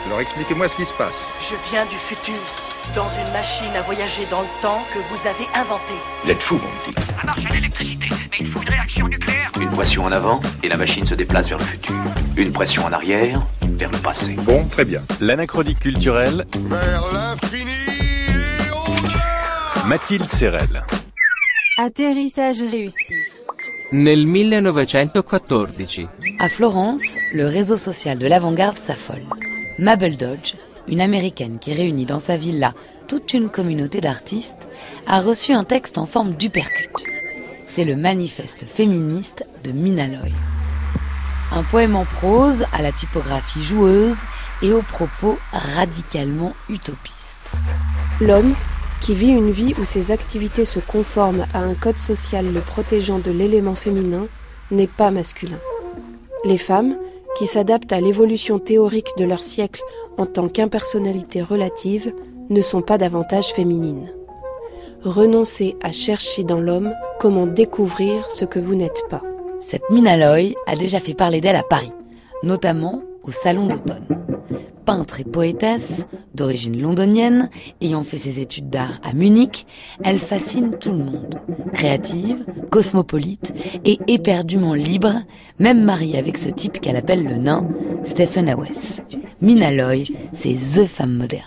Alors expliquez-moi ce qui se passe. Je viens du futur, dans une machine à voyager dans le temps que vous avez inventée. Vous êtes fou, mon petit. Ça marche à l'électricité, mais il faut une réaction nucléaire. Une pression en avant, et la machine se déplace vers le futur. Une pression en arrière, vers le passé. Bon, très bien. L'anachronique culturelle. Vers l'infini et au-delà. Mathilde Serrel. Atterrissage réussi. Nel 1914. À Florence, le réseau social de l'avant-garde s'affole. Mabel Dodge, une américaine qui réunit dans sa villa toute une communauté d'artistes, a reçu un texte en forme d'uppercut. C'est le manifeste féministe de Mina Loy. Un poème en prose, à la typographie joueuse et aux propos radicalement utopistes. L'homme, qui vit une vie où ses activités se conforment à un code social le protégeant de l'élément féminin, n'est pas masculin. Les femmes, qui s'adaptent à l'évolution théorique de leur siècle en tant qu'impersonnalité relative, ne sont pas davantage féminines. Renoncez à chercher dans l'homme comment découvrir ce que vous n'êtes pas. Cette Mina Loy a déjà fait parler d'elle à Paris, notamment au Salon d'automne. Peintre et poétesse, d'origine londonienne, ayant fait ses études d'art à Munich, elle fascine tout le monde. Créative, cosmopolite et éperdument libre, même mariée avec ce type qu'elle appelle le nain, Stephen Hawes. Mina Loy, c'est THE femme moderne.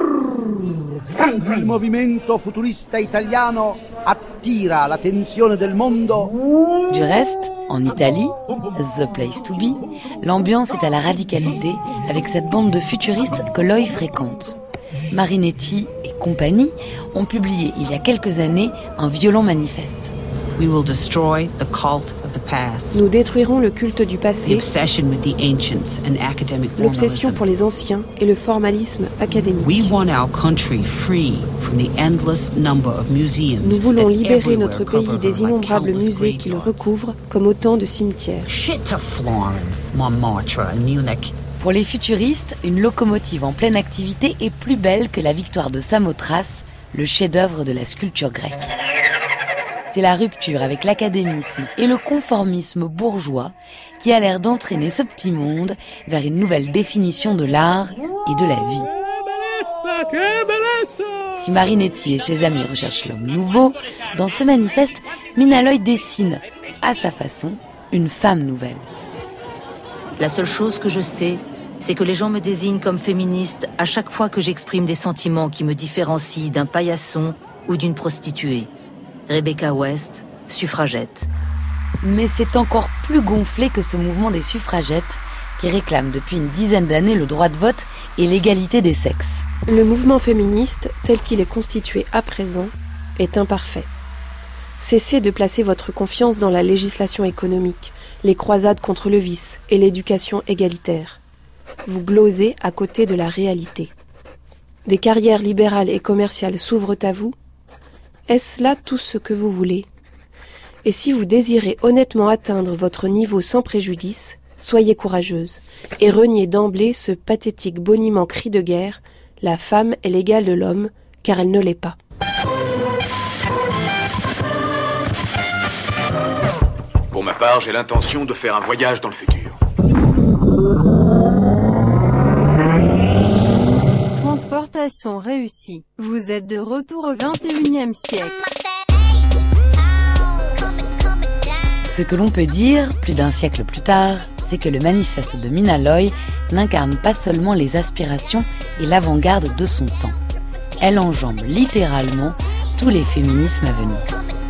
Il movimento futurista italiano attira l'attenzione del mondo. Du reste, en Italie, The Place to Be, l'ambiance est à la radicalité avec cette bande de futuristes que Loy fréquente. Marinetti et compagnie ont publié il y a quelques années un violent manifeste. We will destroy the cult of the past. Nous détruirons le culte du passé, l'obsession pour les anciens et le formalisme académique. We want our country free from the endless number of museums. Nous voulons libérer notre pays des innombrables musées qui le recouvrent comme autant de cimetières. Shit to Florence, Montmartre and Munich. Pour les futuristes, une locomotive en pleine activité est plus belle que la victoire de Samothrace, le chef-d'œuvre de la sculpture grecque. C'est la rupture avec l'académisme et le conformisme bourgeois qui a l'air d'entraîner ce petit monde vers une nouvelle définition de l'art et de la vie. Si Marinetti et ses amis recherchent l'homme nouveau, dans ce manifeste, Mina Loy dessine, à sa façon, une femme nouvelle. La seule chose que je sais, c'est que les gens me désignent comme féministe à chaque fois que j'exprime des sentiments qui me différencient d'un paillasson ou d'une prostituée. Rebecca West, suffragette. Mais c'est encore plus gonflé que ce mouvement des suffragettes qui réclame depuis une dizaine d'années le droit de vote et l'égalité des sexes. Le mouvement féministe, tel qu'il est constitué à présent, est imparfait. Cessez de placer votre confiance dans la législation économique, les croisades contre le vice et l'éducation égalitaire. Vous glosez à côté de la réalité. Des carrières libérales et commerciales s'ouvrent à vous. Est-ce là tout ce que vous voulez ? Et si vous désirez honnêtement atteindre votre niveau sans préjudice, soyez courageuse et reniez d'emblée ce pathétique boniment cri de guerre « La femme est l'égale de l'homme » car elle ne l'est pas. Pour ma part, j'ai l'intention de faire un voyage dans le futur. Transportation réussie. Vous êtes de retour au XXIe siècle. Ce que l'on peut dire, plus d'un siècle plus tard, c'est que le manifeste de Mina Loy n'incarne pas seulement les aspirations et l'avant-garde de son temps. Elle enjambe littéralement tous les féminismes à venir.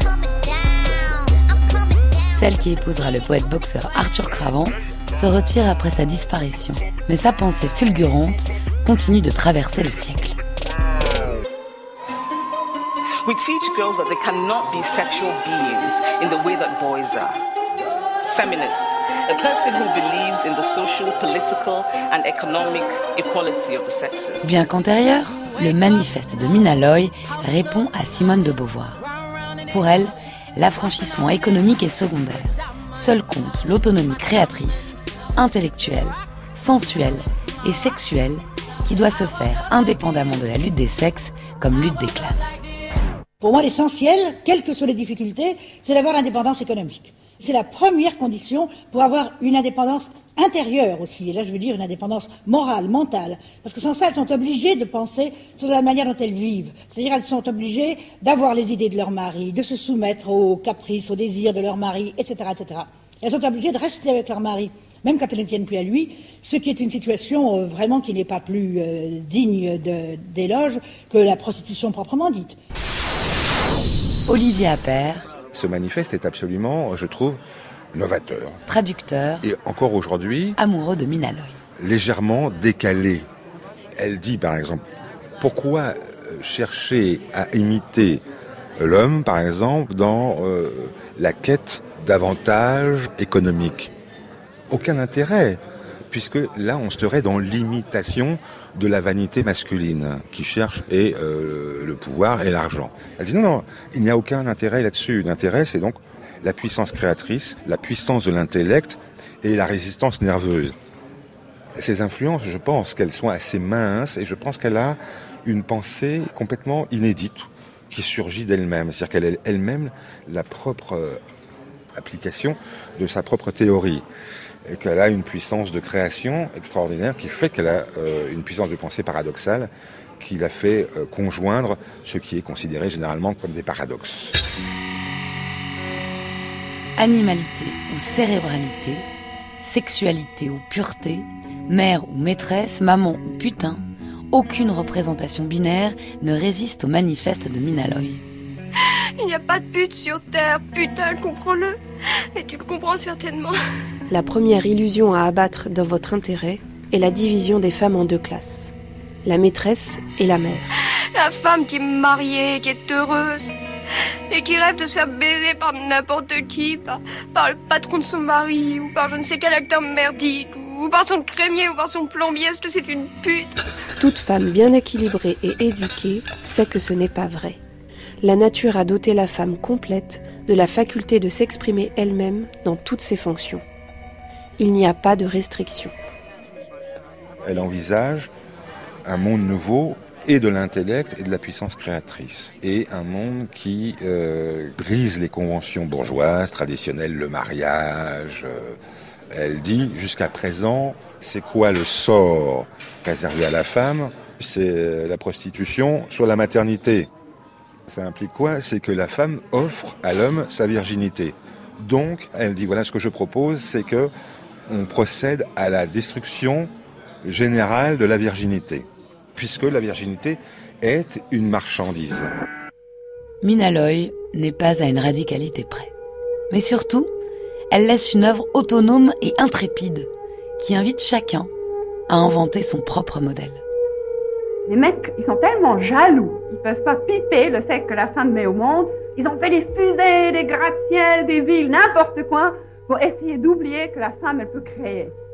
Celle qui épousera le poète-boxeur Arthur Cravant se retire après sa disparition. Mais sa pensée fulgurante continue de traverser le siècle. We teach girls that they cannot be sexual beings in the way that boys are. Feminist, a person who believes in the social, political and economic equality of the sexes. Bien qu'antérieur, le manifeste de Mina Loy répond à Simone de Beauvoir. Pour elle, l'affranchissement économique est secondaire. Seul compte l'autonomie créatrice, intellectuelle, sensuelle et sexuelle qui doit se faire indépendamment de la lutte des sexes comme lutte des classes. Pour moi, l'essentiel, quelles que soient les difficultés, c'est d'avoir l'indépendance économique. C'est la première condition pour avoir une indépendance intérieure aussi. Et là, je veux dire une indépendance morale, mentale. Parce que sans ça, elles sont obligées de penser sur la manière dont elles vivent. C'est-à-dire, elles sont obligées d'avoir les idées de leur mari, de se soumettre aux caprices, aux désirs de leur mari, etc., etc. Elles sont obligées de rester avec leur mari, même quand elles ne tiennent plus à lui, ce qui est une situation vraiment qui n'est pas plus digne d'éloge que la prostitution proprement dite. Olivier Appert. Ce manifeste est absolument, je trouve, novateur. Traducteur. Et encore aujourd'hui, amoureux de Mina Loy. Légèrement décalé. Elle dit, par exemple, pourquoi chercher à imiter l'homme, par exemple, dans la quête d'avantages économiques? Aucun intérêt, puisque là, on serait dans l'imitation de la vanité masculine qui cherche le pouvoir et l'argent. Elle dit non, il n'y a aucun intérêt là-dessus. L'intérêt, c'est donc la puissance créatrice, la puissance de l'intellect et la résistance nerveuse. Ces influences, je pense qu'elles sont assez minces et je pense qu'elle a une pensée complètement inédite qui surgit d'elle-même. C'est-à-dire qu'elle est elle-même la propre application de sa propre théorie. Et qu'elle a une puissance de création extraordinaire qui fait qu'elle a une puissance de pensée paradoxale qui la fait conjoindre ce qui est considéré généralement comme des paradoxes. Animalité ou cérébralité, sexualité ou pureté, mère ou maîtresse, maman ou putain, aucune représentation binaire ne résiste au manifeste de Mina Loy. Il n'y a pas de pute sur Terre, putain, comprends-le. Et tu le comprends certainement. La première illusion à abattre dans votre intérêt est la division des femmes en deux classes. La maîtresse et la mère. La femme qui est mariée, qui est heureuse, et qui rêve de se faire baiser par n'importe qui, par le patron de son mari, ou par je ne sais quel acteur merdique, ou par son crémier, ou par son plombier, c'est une pute. Toute femme bien équilibrée et éduquée sait que ce n'est pas vrai. La nature a doté la femme complète de la faculté de s'exprimer elle-même dans toutes ses fonctions. Il n'y a pas de restriction. Elle envisage un monde nouveau et de l'intellect et de la puissance créatrice. Et un monde qui brise les conventions bourgeoises, traditionnelles, le mariage. Elle dit, jusqu'à présent, c'est quoi le sort réservé à la femme? C'est la prostitution sur la maternité. Ça implique quoi? C'est que la femme offre à l'homme sa virginité. Donc, elle dit, voilà, ce que je propose, c'est que on procède à la destruction générale de la virginité, puisque la virginité est une marchandise. Mina Loy n'est pas à une radicalité près. Mais surtout, elle laisse une œuvre autonome et intrépide, qui invite chacun à inventer son propre modèle. Les mecs, ils sont tellement jaloux, ils peuvent pas piper le fait que la femme met au monde. Ils ont fait des fusées, des gratte-ciel, des villes, n'importe quoi, pour essayer d'oublier que la femme, elle peut créer.